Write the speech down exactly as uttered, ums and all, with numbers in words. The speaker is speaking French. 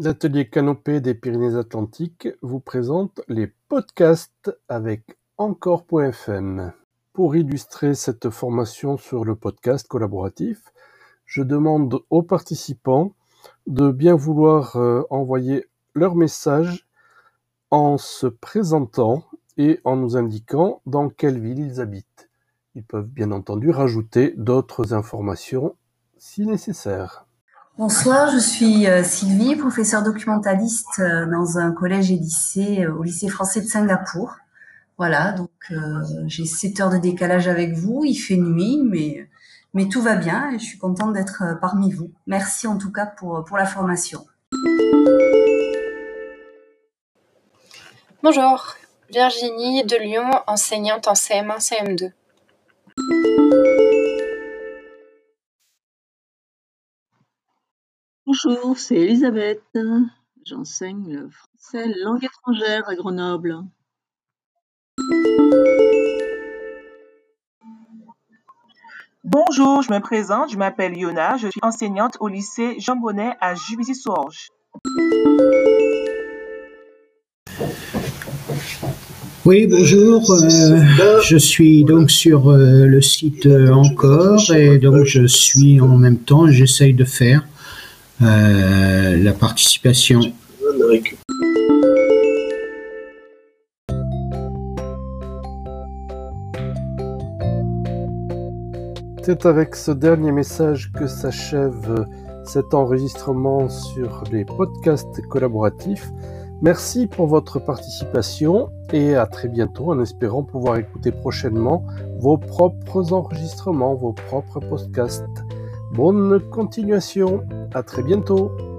L'atelier Canopée des Pyrénées-Atlantiques vous présente les podcasts avec encore point f m. Pour illustrer cette formation sur le podcast collaboratif, je demande aux participants de bien vouloir euh, envoyer leur message en se présentant et en nous indiquant dans quelle ville ils habitent. Ils peuvent bien entendu rajouter d'autres informations si nécessaire. Bonsoir, je suis euh, Sylvie, professeure documentaliste euh, dans un collège et lycée euh, au lycée français de Singapour. Voilà, donc euh, j'ai sept heures de décalage avec vous, il fait nuit, mais, mais tout va bien et je suis contente d'être euh, parmi vous. Merci en tout cas pour, pour la formation. Bonjour, Virginie de Lyon, enseignante en C M un C M deux. Bonjour, c'est Elisabeth. J'enseigne le français langue étrangère à Grenoble. Bonjour, je me présente, je m'appelle Yona, je suis enseignante au lycée Jean Bonnet à Juvisy-sur-Orge. Oui, bonjour, euh, je suis donc sur euh, le site euh, Encore et donc je suis en même temps, j'essaye de faire euh, la participation. C'est avec ce dernier message que s'achève cet enregistrement sur les podcasts collaboratifs. Merci pour votre participation et à très bientôt en espérant pouvoir écouter prochainement vos propres enregistrements, vos propres podcasts. Bonne continuation, à très bientôt.